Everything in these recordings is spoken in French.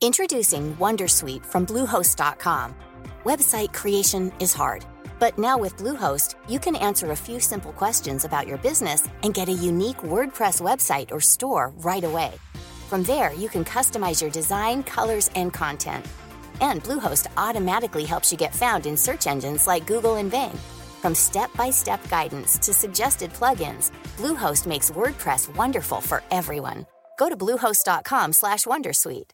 Introducing Wondersuite from Bluehost.com. Website creation is hard, but now with Bluehost, you can answer a few simple questions about your business and get a unique WordPress website or store right away. From there, you can customize your design, colors, and content. And Bluehost automatically helps you get found in search engines like Google and Bing. From step-by-step guidance to suggested plugins, Bluehost makes WordPress wonderful for everyone. Go to bluehost.com/wondersuite.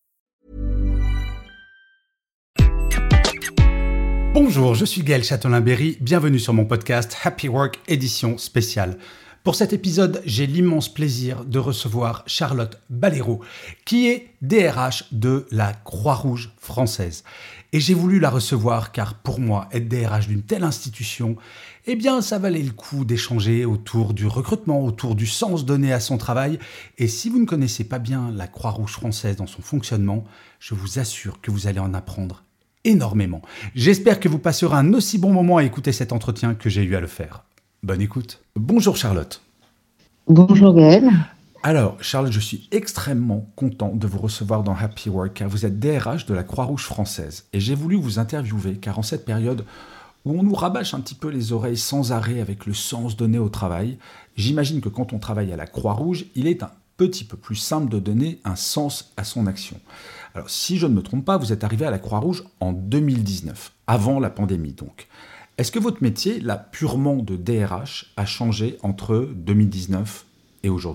Bonjour, je suis Gaël Châtelain-Berry, bienvenue sur mon podcast Happy Work édition spéciale. Pour cet épisode, j'ai l'immense plaisir de recevoir Charlotte Balero, qui est DRH de la Croix-Rouge française. Et j'ai voulu la recevoir car pour moi, être DRH d'une telle institution, eh bien ça valait le coup d'échanger autour du recrutement, autour du sens donné à son travail. Et si vous ne connaissez pas bien la Croix-Rouge française dans son fonctionnement, je vous assure que vous allez en apprendre énormément. J'espère que vous passerez un aussi bon moment à écouter cet entretien que j'ai eu à le faire. Bonne écoute. Bonjour Charlotte. Bonjour Gaël. Alors Charlotte, je suis extrêmement content de vous recevoir dans Happy Work car vous êtes DRH de la Croix-Rouge française. Et j'ai voulu vous interviewer car en cette période où on nous rabâche un petit peu les oreilles sans arrêt avec le sens donné au travail, j'imagine que quand on travaille à la Croix-Rouge, il est un petit peu plus simple de donner un sens à son action. Alors, si je ne me trompe pas, vous êtes arrivé à la Croix-Rouge en 2019, avant la pandémie donc. Est-ce que votre métier, là, purement de DRH, a changé entre 2019 et aujourd'hui ?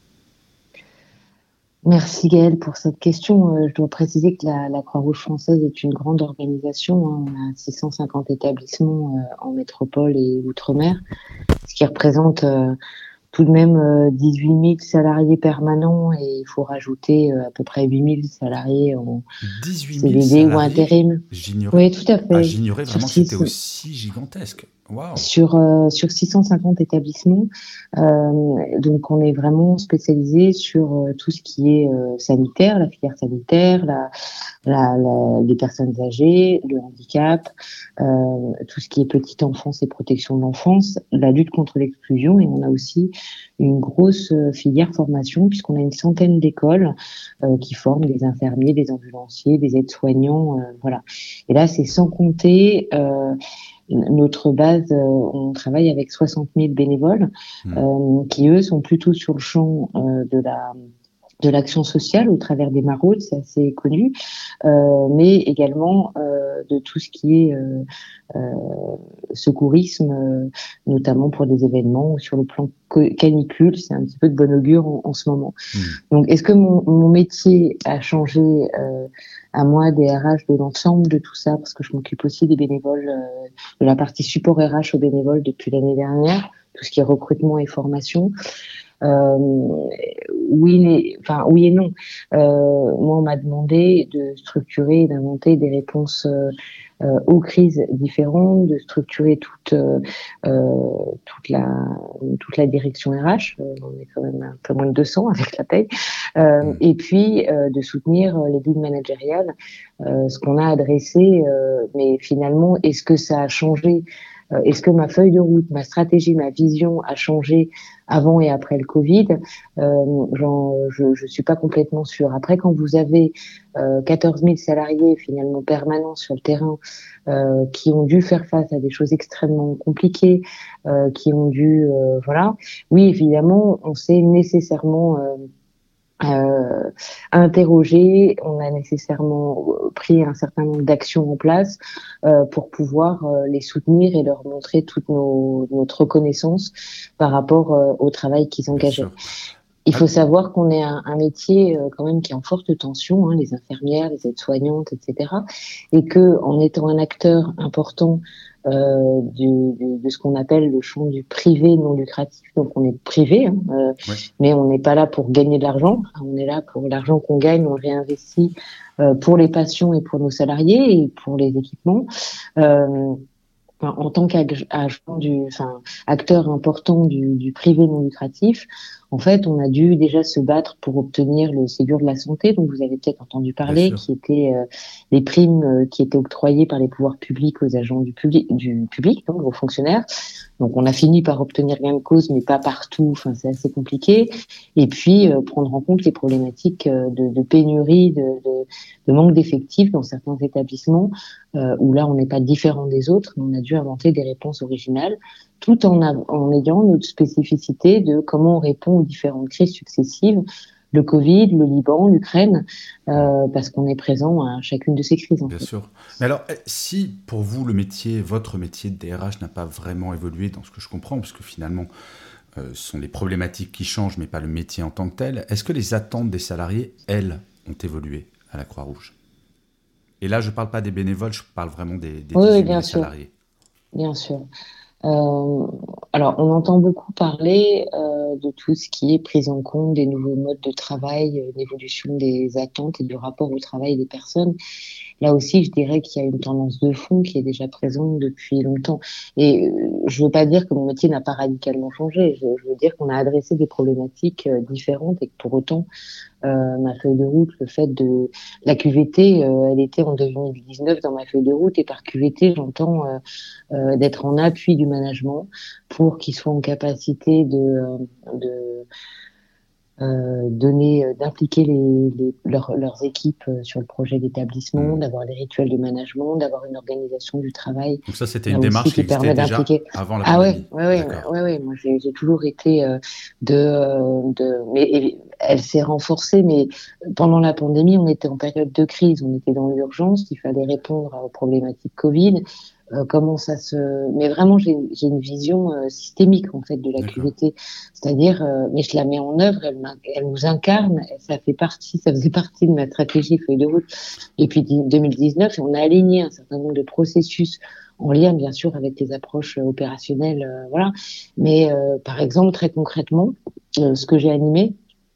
Merci Gaël pour cette question. Je dois préciser que la Croix-Rouge française est une grande organisation. On a 650 établissements en métropole et outre-mer, ce qui représente tout de même 18 000 salariés permanents et il faut rajouter à peu près 8 000 salariés en 18 000 CDD salariés, ou intérim. J'ignorais, Oui, tout à fait. j'ignorais vraiment que c'était aussi gigantesque. Wow. Sur 650 établissements, donc on est vraiment spécialisé sur tout ce qui est sanitaire, la filière sanitaire, les personnes âgées, le handicap, tout ce qui est petite enfance et protection de l'enfance, la lutte contre l'exclusion, et on a aussi une grosse filière formation puisqu'on a une centaine d'écoles qui forment des infirmiers, des ambulanciers, des aides-soignants, voilà. Et là, c'est sans compter notre base, on travaille avec 60 000 bénévoles qui, eux, sont plutôt sur le champ de l'action sociale au travers des maraudes, c'est assez connu, mais également de tout ce qui est secourisme, notamment pour des événements ou sur le plan canicule, c'est un petit peu de bon augure en ce moment. Donc, est-ce que mon métier a changé à moi, des RH, de l'ensemble de tout ça, parce que je m'occupe aussi des bénévoles, de la partie support RH aux bénévoles depuis l'année dernière, tout ce qui est recrutement et formation. Oui et non. Moi, on m'a demandé de structurer et d'inventer des réponses aux crises différentes, de structurer toute la direction RH. On est quand même un peu moins de 200 avec la paye. Et puis de soutenir les guides managériales, ce qu'on a adressé. Mais finalement, est-ce que ça a changé? Est-ce que ma feuille de route, ma stratégie, ma vision a changé avant et après le Covid? Je suis pas complètement sûre. Après, quand vous avez 14 000 salariés finalement permanents sur le terrain qui ont dû faire face à des choses extrêmement compliquées, qui ont dû voilà, oui évidemment, on s'est nécessairement interrogé, on a nécessairement pris un certain nombre d'actions en place pour pouvoir les soutenir et leur montrer toute notre reconnaissance par rapport au travail qu'ils engageaient. Il faut savoir qu'on est un métier quand même qui est en forte tension, les infirmières, les aides-soignantes, etc. Et que en étant un acteur important de ce qu'on appelle le champ du privé non lucratif, donc on est privé, mais on n'est pas là pour gagner de l'argent, on est là pour l'argent qu'on gagne, on le réinvestit pour les patients et pour nos salariés et pour les équipements. En tant qu'acteur important du privé non lucratif, En fait, on a dû déjà se battre pour obtenir le Ségur de la santé, dont vous avez peut-être entendu Bien parler, sûr. qui était les primes qui étaient octroyées par les pouvoirs publics aux agents du public, donc aux fonctionnaires. Donc, on a fini par obtenir gain de cause, mais pas partout. Enfin, c'est assez compliqué. Et puis, prendre en compte les problématiques de pénurie, de manque d'effectifs dans certains établissements, où là, on n'est pas différent des autres, mais on a dû inventer des réponses originales, tout en ayant notre spécificité de comment on répond aux différentes crises successives, le Covid, le Liban, l'Ukraine, parce qu'on est présent à chacune de ces crises, en Bien fait. sûr. Mais alors, si pour vous, votre métier de DRH n'a pas vraiment évolué dans ce que je comprends, parce que finalement, ce sont les problématiques qui changent, mais pas le métier en tant que tel, est-ce que les attentes des salariés, elles, ont évolué à la Croix-Rouge? Et là, je ne parle pas des bénévoles, je parle vraiment des Oui, oui, dirigeants, bien des sûr, salariés. bien sûr. Euh, alors, on entend beaucoup parler de tout ce qui est prise en compte des nouveaux modes de travail, l'évolution des attentes et du rapport au travail des personnes. Là aussi, je dirais qu'il y a une tendance de fond qui est déjà présente depuis longtemps. Et je veux pas dire que mon métier n'a pas radicalement changé. Je veux dire qu'on a adressé des problématiques différentes et que pour autant, ma feuille de route, le fait de la QVT, elle était en 2019 dans ma feuille de route et par QVT, j'entends d'être en appui du management pour qu'ils soient en capacité d'impliquer leurs équipes sur le projet d'établissement, Hmm. d'avoir des rituels de management, d'avoir une organisation du travail Donc ça, c'était une là aussi démarche qui qui existait permet déjà d'impliquer. avant la Ah ouais, pandémie. ouais, ouais, D'accord. ouais, ouais. Moi, j'ai toujours été mais elle s'est renforcée, mais pendant la pandémie, on était en période de crise, on était dans l'urgence, il fallait répondre aux problématiques Covid. Comment ça se... Mais vraiment, j'ai une vision systémique en fait de la D'accord. QVT, c'est-à-dire, mais je la mets en œuvre, elle nous incarne, ça faisait partie de ma stratégie feuille de route depuis 2019, et on a aligné un certain nombre de processus en lien bien sûr avec les approches opérationnelles, voilà. Mais par exemple, très concrètement, ce que j'ai animé,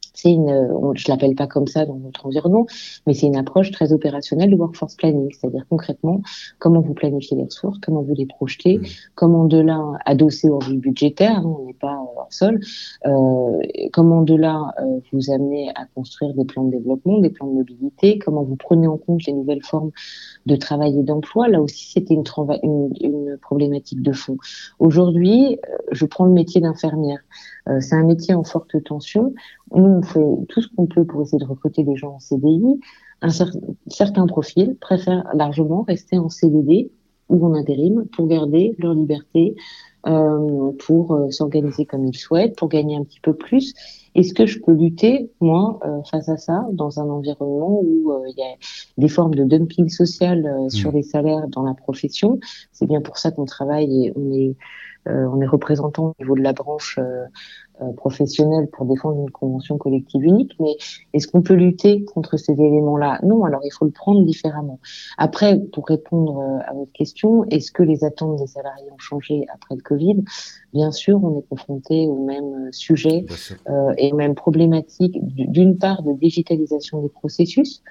je l'appelle pas comme ça dans notre environnement, mais c'est une approche très opérationnelle de workforce planning, c'est-à-dire concrètement comment vous planifiez les ressources, comment vous les projetez, Hmm. comment de là adosser aux revues budgétaires, hein, on n'est pas hors sol, comment de là vous amenez à construire des plans de développement, des plans de mobilité, comment vous prenez en compte les nouvelles formes de travail et d'emploi. Là aussi, c'était une problématique de fond. Aujourd'hui, je prends le métier d'infirmière. C'est un métier en forte tension. Nous, on fait tout ce qu'on peut pour essayer de recruter des gens en CDI. Certains profils préfèrent largement rester en CDD ou en intérim pour garder leur liberté, pour s'organiser comme ils souhaitent, pour gagner un petit peu plus. Est-ce que je peux lutter, moi, face à ça, dans un environnement où il y a des formes de dumping social sur Hmm. les salaires dans la profession? C'est bien pour ça qu'on travaille et on est représentant au niveau de la branche professionnelle pour défendre une convention collective unique, mais est-ce qu'on peut lutter contre ces éléments-là? Non, alors il faut le prendre différemment. Après, pour répondre à votre question, est-ce que les attentes des salariés ont changé après le Covid? Bien sûr, on est confronté aux mêmes sujets Bien sûr. et aux mêmes problématiques, d'une part de digitalisation des processus,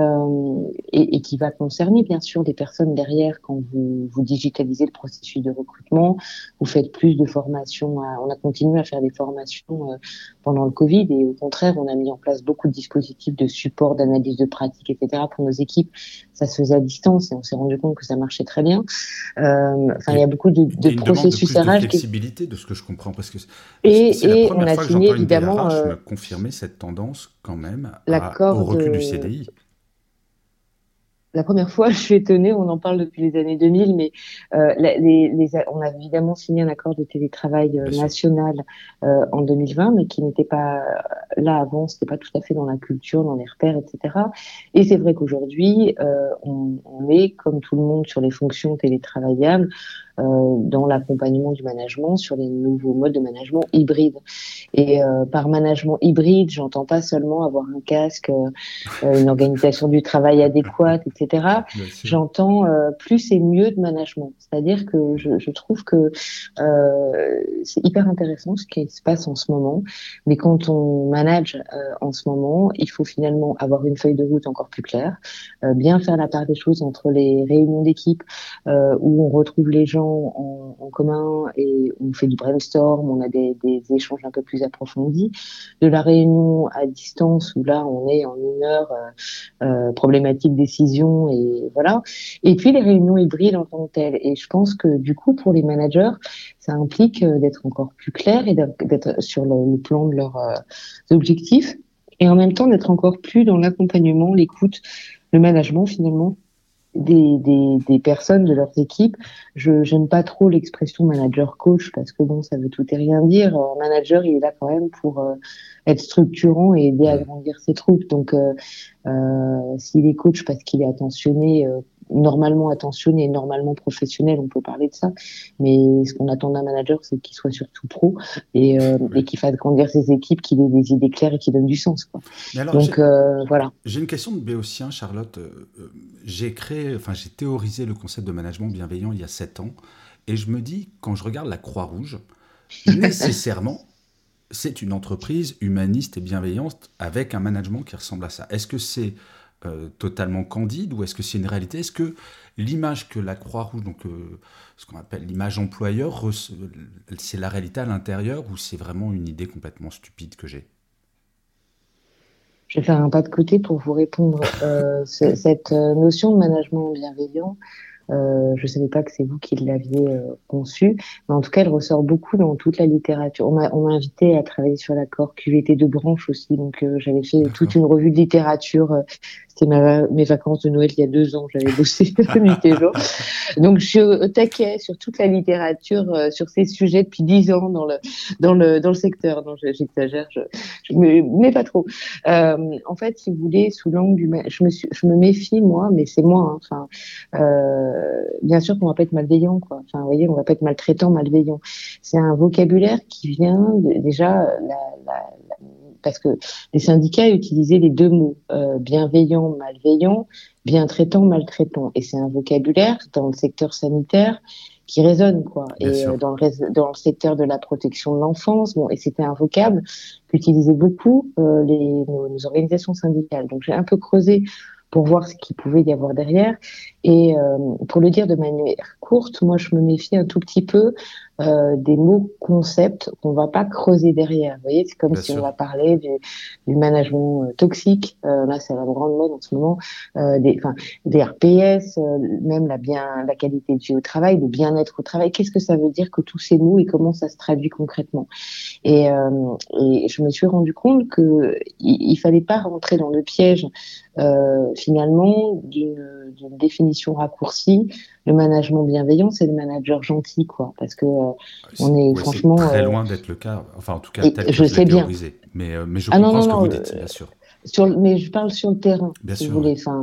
et qui va concerner bien sûr des personnes derrière quand vous digitalisez le processus de recrutement, vous faites plus de formations, on a continué à faire des formations pendant le Covid et au contraire, on a mis en place beaucoup de dispositifs de support, d'analyse de pratique, etc. pour nos équipes. Ça se faisait à distance et on s'est rendu compte que ça marchait très bien. Enfin, il y a beaucoup de Et une demande de processus plus de RH flexibilité, de ce que je comprends, parce que c'est la et on première a fois que signé j'entends une évidemment DRH me confirmer cette tendance quand même au l'accord recul du de CDI. La première fois, je suis étonnée, on en parle depuis les années 2000, mais on a évidemment signé un accord de télétravail Bien sûr. national en 2020, mais qui n'était pas là avant, c'était pas tout à fait dans la culture, dans les repères, etc. Et c'est vrai qu'aujourd'hui, on est, comme tout le monde, sur les fonctions télétravaillables, dans l'accompagnement du management, sur les nouveaux modes de management hybride. Et par management hybride, j'entends pas seulement avoir un casque, une organisation du travail adéquate, etc. Bien sûr. J'entends plus et mieux de management. C'est-à-dire que je trouve que c'est hyper intéressant ce qui se passe en ce moment, mais quand on manage en ce moment, il faut finalement avoir une feuille de route encore plus claire, bien faire la part des choses entre les réunions d'équipe où on retrouve les gens, temps en commun et on fait du brainstorm, on a des échanges un peu plus approfondis, de la réunion à distance où là on est en 1 heure, problématique décision et voilà, et puis les réunions hybrides en tant que telles. Et je pense que du coup pour les managers, ça implique d'être encore plus clair et d'être sur le plan de leurs objectifs et en même temps d'être encore plus dans l'accompagnement, l'écoute, le management finalement des personnes de leurs équipes. Je j'aime pas trop l'expression manager coach parce que bon, ça veut tout et rien dire. Un manager, il est là quand même pour être structurant et aider à grandir ses troupes. Donc, s'il est coach parce qu'il est attentionné, normalement attentionné et normalement professionnel, on peut parler de ça. Mais ce qu'on attend d'un manager, c'est qu'il soit surtout pro et qu'il fasse grandir ses équipes, qu'il ait des idées claires et qu'il donne du sens, quoi. Mais alors, Donc, voilà. j'ai une question de béotien, Charlotte. J'ai théorisé le concept de management bienveillant il y a 7 ans, et je me dis, quand je regarde la Croix-Rouge, nécessairement, c'est une entreprise humaniste et bienveillante avec un management qui ressemble à ça. Est-ce que c'est totalement candide ou est-ce que c'est une réalité? Est-ce que l'image que la Croix-Rouge, donc ce qu'on appelle l'image employeur, c'est la réalité à l'intérieur ou c'est vraiment une idée complètement stupide que j'ai? Je vais faire un pas de côté pour vous répondre. Cette notion de management bienveillant, je ne savais pas que c'est vous qui l'aviez conçue, mais en tout cas, elle ressort beaucoup dans toute la littérature. On m'a invité à travailler sur l'accord QVT de branche aussi, donc j'avais fait toute D'accord. une revue de littérature. C'était mes vacances de Noël il y a 2 ans, j'avais bossé nuit et jour. Donc je suis au taquet sur toute la littérature sur ces sujets depuis 10 ans dans le secteur. Non, j'exagère, je me mets pas trop. En fait, si vous voulez, sous l'angle je me méfie moi, mais c'est moi. Hein, enfin, bien sûr qu'on va pas être malveillant, quoi. Enfin, vous voyez, on va pas être maltraitant, malveillant. C'est un vocabulaire qui vient déjà parce que les syndicats utilisaient les deux mots, bienveillant, malveillant, bien traitant, maltraitant. Et c'est un vocabulaire dans le secteur sanitaire qui résonne, quoi. Bien Et sûr. dans le secteur de la protection de l'enfance, bon, et c'était un vocable qu'utilisaient beaucoup nos organisations syndicales. Donc j'ai un peu creusé pour voir ce qu'il pouvait y avoir derrière. Et pour le dire de manière courte, moi je me méfie un tout petit peu des mots concepts qu'on va pas creuser derrière. Vous voyez, c'est comme Bien si on sûr. va parler du management toxique. Là, c'est la grande mode en ce moment. Des RPS, même la qualité de vie au travail, le bien-être au travail. Qu'est-ce que ça veut dire que tous ces mots et comment ça se traduit concrètement? Et je me suis rendu compte que il fallait pas rentrer dans le piège finalement d'une définition raccourcie. Le management bienveillant, c'est le manager gentil, quoi, parce que on est Ouais, c'est franchement très loin d'être le cas, enfin en tout cas et tel que je je l'ai sais bien. théorisé. Mais je Ah non comprends non ce que non, vous dites, bien sûr. mais je parle sur le terrain, Bien si vous sûr, ouais. voulez. Enfin,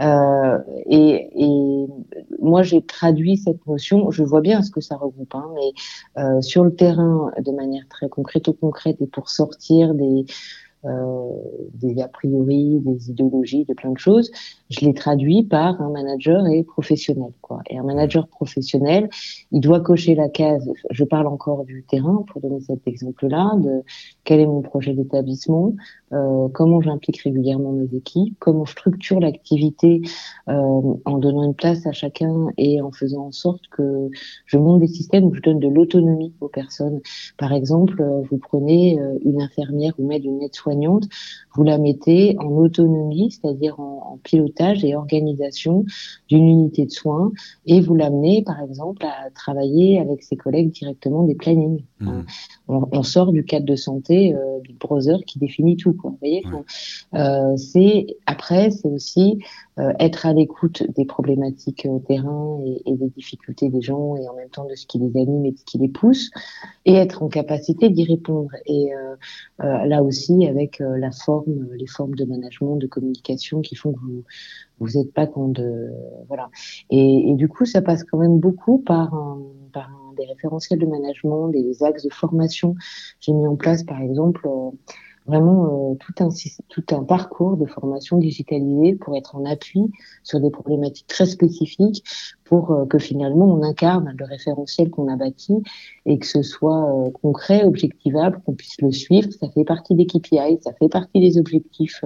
et moi j'ai traduit cette notion. Je vois bien ce que ça regroupe, hein, mais sur le terrain, de manière très concrète et pour sortir des a priori, des idéologies, de plein de choses, je l'ai traduit par un manager et professionnel, quoi. Et un Mm. manager professionnel, il doit cocher la case. Je parle encore du terrain pour donner cet exemple-là, de quel est mon projet d'établissement, comment j'implique régulièrement mes équipes, comment je structure l'activité en donnant une place à chacun et en faisant en sorte que je monte des systèmes où je donne de l'autonomie aux personnes. Par exemple, vous prenez une infirmière ou même une aide-soignante, vous la mettez en autonomie, c'est-à-dire en pilotage et organisation d'une unité de soins, et vous l'amenez, par exemple, à travailler avec ses collègues directement des plannings. Enfin, Mm. on sort du cadre de santé Big Brother qui définit tout, quoi. Vous voyez, Ouais. enfin, c'est aussi être à l'écoute des problématiques terrain et des difficultés des gens et en même temps de ce qui les anime et de ce qui les pousse et être en capacité d'y répondre. Et là aussi, avec les formes de management, de communication qui font que vous êtes pas quand voilà. Et du coup, ça passe quand même beaucoup par des référentiels de management, des axes de formation. J'ai mis en place, par exemple, vraiment tout un parcours de formation digitalisée pour être en appui sur des problématiques très spécifiques pour que finalement on incarne le référentiel qu'on a bâti et que ce soit concret, objectivable, qu'on puisse le suivre. Ça fait partie des KPI, ça fait partie des objectifs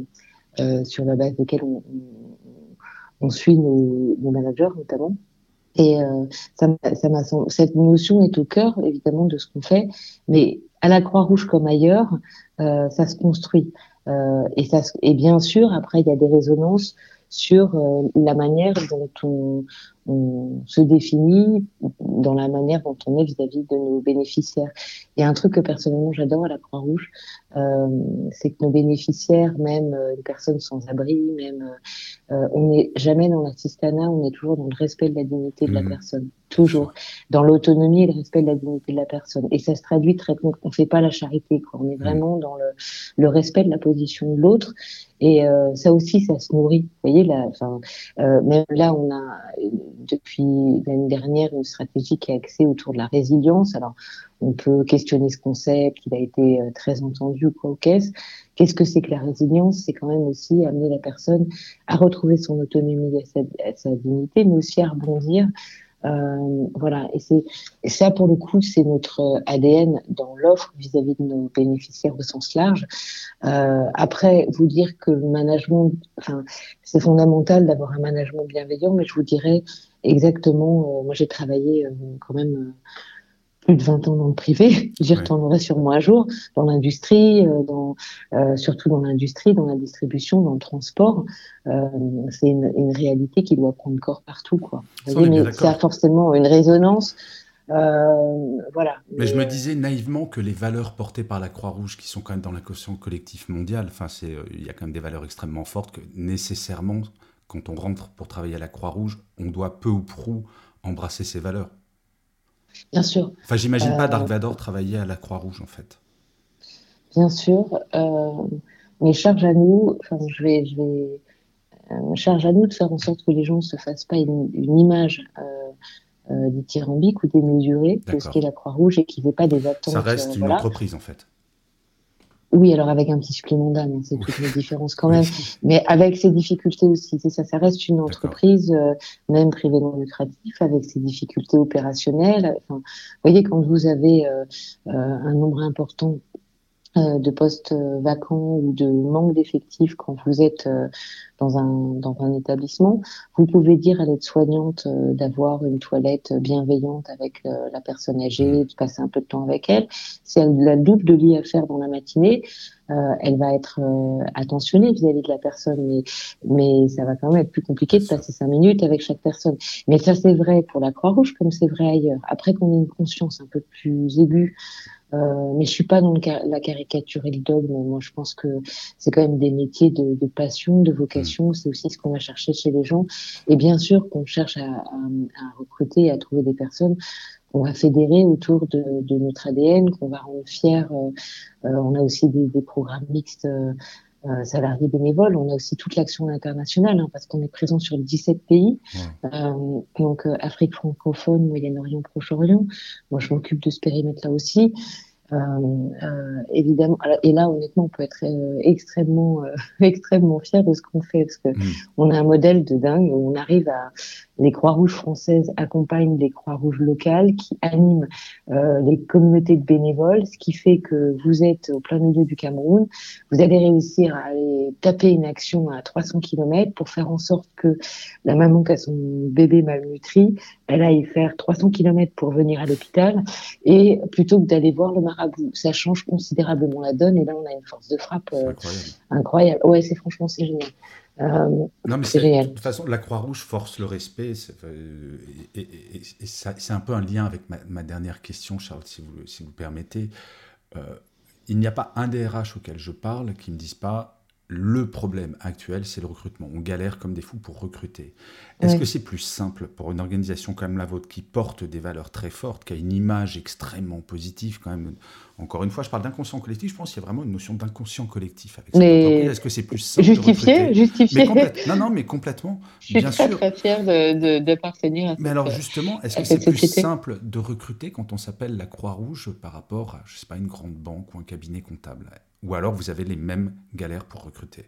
sur la base desquels on suit nos managers notamment. Et cette notion est au cœur, évidemment, de ce qu'on fait, mais à la Croix-Rouge comme ailleurs, ça se construit. Et bien sûr, après, il y a des résonances sur la manière dont on se définit, dans la manière dont on est vis-à-vis de nos bénéficiaires. Il y a un truc que personnellement j'adore à la Croix-Rouge, euh, c'est que nos bénéficiaires, même les personnes sans abri, même on n'est jamais dans l'assistanat, on est toujours dans le respect de la dignité de la Mhm, personne, bien sûr. toujours dans l'autonomie et le respect de la dignité de la personne. Et ça se traduit on fait pas la charité, quoi. On est Mhm. vraiment dans le respect de la position de l'autre. Et ça aussi, ça se nourrit. Vous voyez, là, enfin, même là, on a depuis l'année dernière une stratégie qui est axée autour de la résilience. Alors, on peut questionner ce concept, il a été très entendu quoi aux caisses. Qu'est-ce que c'est que la résilience? C'est quand même aussi amener la personne à retrouver son autonomie et sa dignité, mais aussi à rebondir. Voilà, et ça pour le coup, c'est notre ADN dans l'offre vis-à-vis de nos bénéficiaires au sens large. Après, vous dire que le management, enfin, c'est fondamental d'avoir un management bienveillant, mais je vous dirais exactement, moi j'ai travaillé quand même plus de 20 ans dans le privé, j'y Ouais. retournerai sur moi un jour, dans l'industrie, surtout dans l'industrie, dans la distribution, dans le transport. Euh, c'est une réalité qui doit prendre corps partout, quoi. Vous Ça, on voyez, est bien mais ça a d'accord. forcément une résonance. Voilà. Mais je Mais me disais naïvement que les valeurs portées par la Croix-Rouge, qui sont quand même dans l'inconscient collectif mondial, enfin, il y a quand même des valeurs extrêmement fortes que nécessairement, quand on rentre pour travailler à la Croix-Rouge, on doit peu ou prou embrasser ces valeurs. bien sûr, Enfin, j'imagine pas Dark euh, Vador travailler à la Croix-Rouge, en fait. bien sûr. Mais charge à nous, enfin, charge à nous de faire en sorte que les gens ne se fassent pas une image dithyrambique ou démesurée de ce qu'est D'accord. la Croix-Rouge et qu'ils n'aient pas des Ça attentes. reste une Voilà. entreprise, en fait. Oui, alors avec un petit supplément d'âme, hein, c'est Oui. toute la différence quand Oui. même, mais avec ses difficultés aussi. C'est ça, ça reste une D'accord. entreprise, même privée non lucrative, avec ses difficultés opérationnelles. Enfin, vous voyez, quand vous avez un nombre important de postes vacants ou de manque d'effectifs quand vous êtes dans un établissement, vous pouvez dire à l'aide-soignante d'avoir une toilette bienveillante avec la personne Hmm. âgée, de passer un peu de temps avec elle. Si elle a le double de lit à faire dans la matinée, elle va être attentionnée vis-à-vis de la personne, mais ça va quand même être plus Bien compliqué de sûr. passer 5 minutes avec chaque personne. Mais ça, c'est vrai pour la Croix-Rouge comme c'est vrai ailleurs. Après qu'on ait une conscience un peu plus aiguë mais je suis pas dans la caricature et le dogme. Moi, je pense que c'est quand même des métiers de passion, de Hmm. vocation. C'est aussi ce qu'on va chercher chez les gens. Et bien sûr qu'on cherche à recruter et à trouver des personnes qu'on va fédérer autour de notre ADN, qu'on va rendre fiers. On a aussi des programmes mixtes salariés bénévoles. On a aussi toute l'action internationale hein, parce qu'on est présent sur 17 pays. Wow. Donc Afrique francophone, Moyen-Orient, Proche-Orient. Moi, je m'occupe de ce périmètre-là aussi. Évidemment, et là, honnêtement, on peut être extrêmement, extrêmement fier de ce qu'on fait parce que Hmm. on a un modèle de dingue où on arrive à les Croix-Rouges françaises accompagnent des Croix-Rouges locales qui animent les communautés de bénévoles, ce qui fait que vous êtes au plein milieu du Cameroun, vous allez réussir à aller taper une action à 300 km pour faire en sorte que la maman qui a son bébé malnutri, elle aille faire 300 km pour venir à l'hôpital et plutôt que d'aller voir le marabout. Ça change considérablement la donne et là on a une force de frappe C'est incroyable. incroyable. Ouais, c'est génial. Non, mais C'est génial. de toute façon, la Croix-Rouge force le respect. Et c'est un peu un lien avec ma dernière question, Charles, si vous permettez. Euh, il n'y a pas un DRH auquel je parle qui ne me dise pas le problème actuel, c'est le recrutement. On galère comme des fous pour recruter. Est-ce que Ouais. c'est plus simple pour une organisation comme la vôtre qui porte des valeurs très fortes, qui a une image extrêmement positive quand même? Encore une fois, je parle d'inconscient collectif, je pense qu'il y a vraiment une notion d'inconscient collectif avec cette entreprise. Mais Est-ce que c'est plus simple de recruter? justifié. Non, non, mais complètement, Je suis bien très sûr. très fière d'appartenir Mais alors justement, est-ce que à c'est cette plus société. simple de recruter quand on s'appelle la Croix-Rouge par rapport à, je sais pas, une grande banque ou un cabinet comptable? Ou alors vous avez les mêmes galères pour recruter?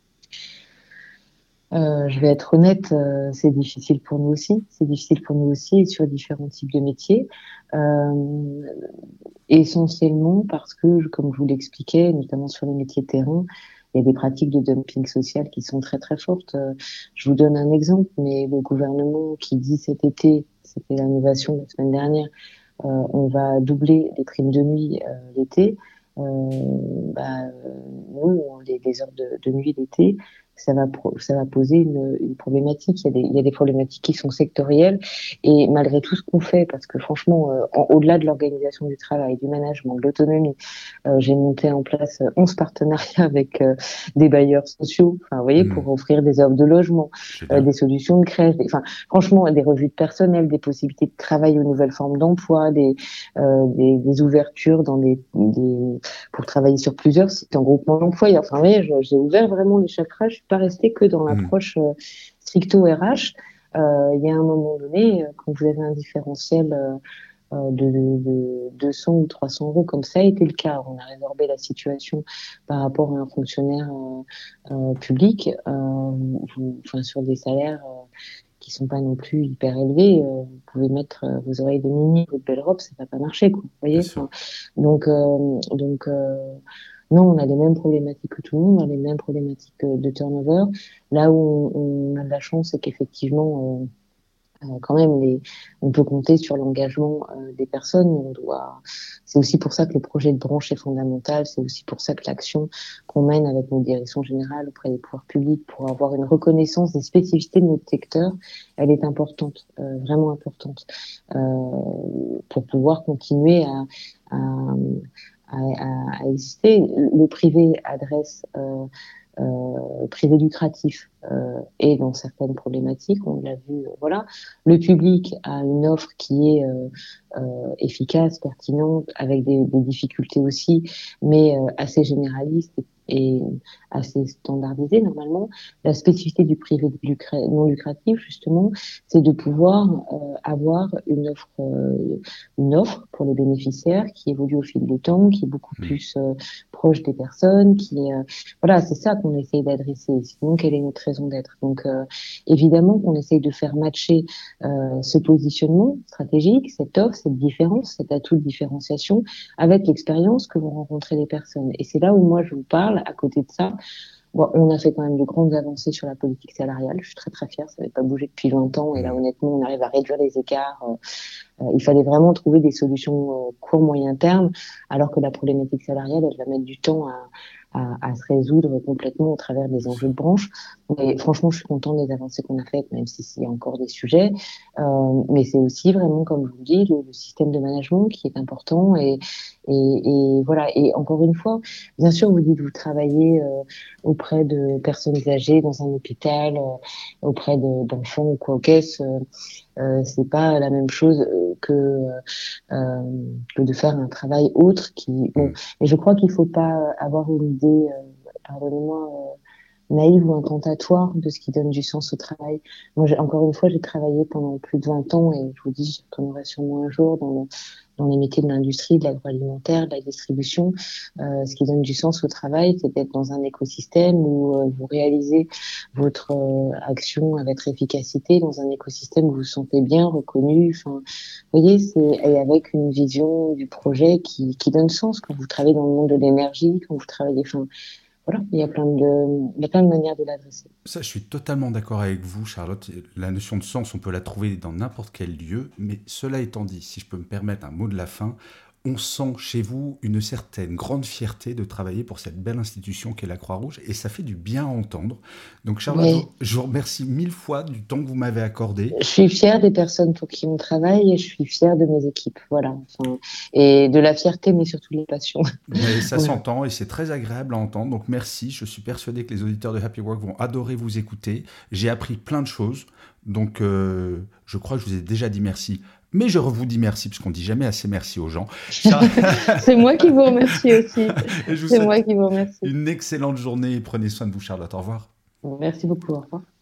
Je vais être honnête, c'est difficile pour nous aussi. C'est difficile pour nous aussi et sur différents types de métiers. Essentiellement parce que, comme je vous l'expliquais, notamment sur les métiers de terrain, il y a des pratiques de dumping social qui sont très très fortes. Je vous donne un exemple, mais le gouvernement qui dit cet été, c'était l'innovation la semaine dernière, on va doubler les primes de nuit l'été. Nous, les heures de nuit l'été, ça va poser une problématique. Il y a des problématiques qui sont sectorielles et malgré tout ce qu'on fait, parce que franchement, au-delà de l'organisation du travail, du management, de l'autonomie, j'ai monté en place 11 partenariats avec des bailleurs sociaux, enfin, vous voyez, pour offrir des offres de logement, des solutions de crèche, franchement, des revues de personnel, des possibilités de travail aux nouvelles formes d'emploi, des ouvertures dans pour travailler sur plusieurs sites en groupement d'employeurs. Enfin, vous voyez, j'ai ouvert vraiment les chakras. Je suis pas restée que dans l'approche stricto RH. Il y a un moment donné, quand vous avez un différentiel de 200 ou 300 euros, comme ça a été le cas, on a résorbé la situation par rapport à un fonctionnaire public, sur des salaires qui sont pas non plus hyper élevés, vous pouvez mettre vos oreilles de Mini, votre belle robe, ça va pas marcher, quoi. Vous voyez, donc non, on a les mêmes problématiques que tout le monde, on a les mêmes problématiques de turnover. Là où on a de la chance, c'est qu'effectivement, quand même, on peut compter sur l'engagement des personnes. C'est aussi pour ça que le projet de branche est fondamental. C'est aussi pour ça que l'action qu'on mène avec nos directions générales auprès des pouvoirs publics pour avoir une reconnaissance des spécificités de notre secteur, elle est importante, vraiment importante, pour pouvoir continuer à exister. Le privé adresse privé lucratif et dans certaines problématiques, on l'a vu, voilà. Le public a une offre qui est efficace, pertinente, avec des difficultés aussi, mais assez généraliste et assez standardisée normalement. La spécificité du privé non lucratif, justement, c'est de pouvoir avoir une offre pour les bénéficiaires qui évolue au fil du temps, qui est beaucoup plus proche des personnes, voilà, c'est ça qu'on essaye d'adresser. Sinon, quelle est notre raison d'être? Donc, évidemment qu'on essaye de faire matcher ce positionnement stratégique, cette offre, cette différence, cet atout de différenciation avec l'expérience que vont rencontrer les personnes. Et c'est là où moi je vous parle. À côté de ça, on a fait quand même de grandes avancées sur la politique salariale. Je suis très très fière, ça n'avait pas bougé depuis 20 ans. Et là, honnêtement, on arrive à réduire les écarts. Il fallait vraiment trouver des solutions court moyen terme, alors que la problématique salariale, elle va mettre du temps à se résoudre complètement au travers des enjeux de branche. Mais franchement, je suis contente des avancées qu'on a faites, même s'il y a encore des sujets. Mais c'est aussi vraiment, comme je vous le dis, le système de management qui est important. Et voilà. Et encore une fois, bien sûr, vous dites vous travaillez auprès de personnes âgées dans un hôpital, auprès d'enfants ou quoi qu'est-ce. C'est pas la même chose que de faire un travail autre et je crois qu'il faut pas avoir une idée, pardonnez-moi, naïve ou incantatoire de ce qui donne du sens au travail. Moi, encore une fois, j'ai travaillé pendant plus de 20 ans et je vous dis, j'y retournerai sûrement un jour dans les métiers de l'industrie, de l'agroalimentaire, de la distribution. Ce qui donne du sens au travail, c'est d'être dans un écosystème où vous réalisez votre action avec efficacité, dans un écosystème où vous vous sentez bien, reconnu. Enfin, vous voyez, et avec une vision du projet qui donne sens quand vous travaillez dans le monde de l'énergie, quand vous travaillez. Enfin, voilà, il y a plein de manières de l'adresser. Ça, je suis totalement d'accord avec vous, Charlotte. La notion de sens, on peut la trouver dans n'importe quel lieu. Mais cela étant dit, si je peux me permettre un mot de la fin, on sent chez vous une certaine grande fierté de travailler pour cette belle institution qu'est la Croix-Rouge. Et ça fait du bien à entendre. Donc, Charlotte, je vous remercie 1000 fois du temps que vous m'avez accordé. Je suis fière des personnes pour qui on travaille et je suis fière de mes équipes. Voilà. Et de la fierté, mais surtout de la passion. Mais ça s'entend et c'est très agréable à entendre. Donc, merci. Je suis persuadé que les auditeurs de Happy Work vont adorer vous écouter. J'ai appris plein de choses. Donc, je crois que je vous ai déjà dit merci. Mais je vous dis merci, parce qu'on ne dit jamais assez merci aux gens. C'est moi qui vous remercie aussi. C'est moi qui vous remercie. Une excellente journée et prenez soin de vous, Charlotte. Au revoir. Merci beaucoup. Au revoir.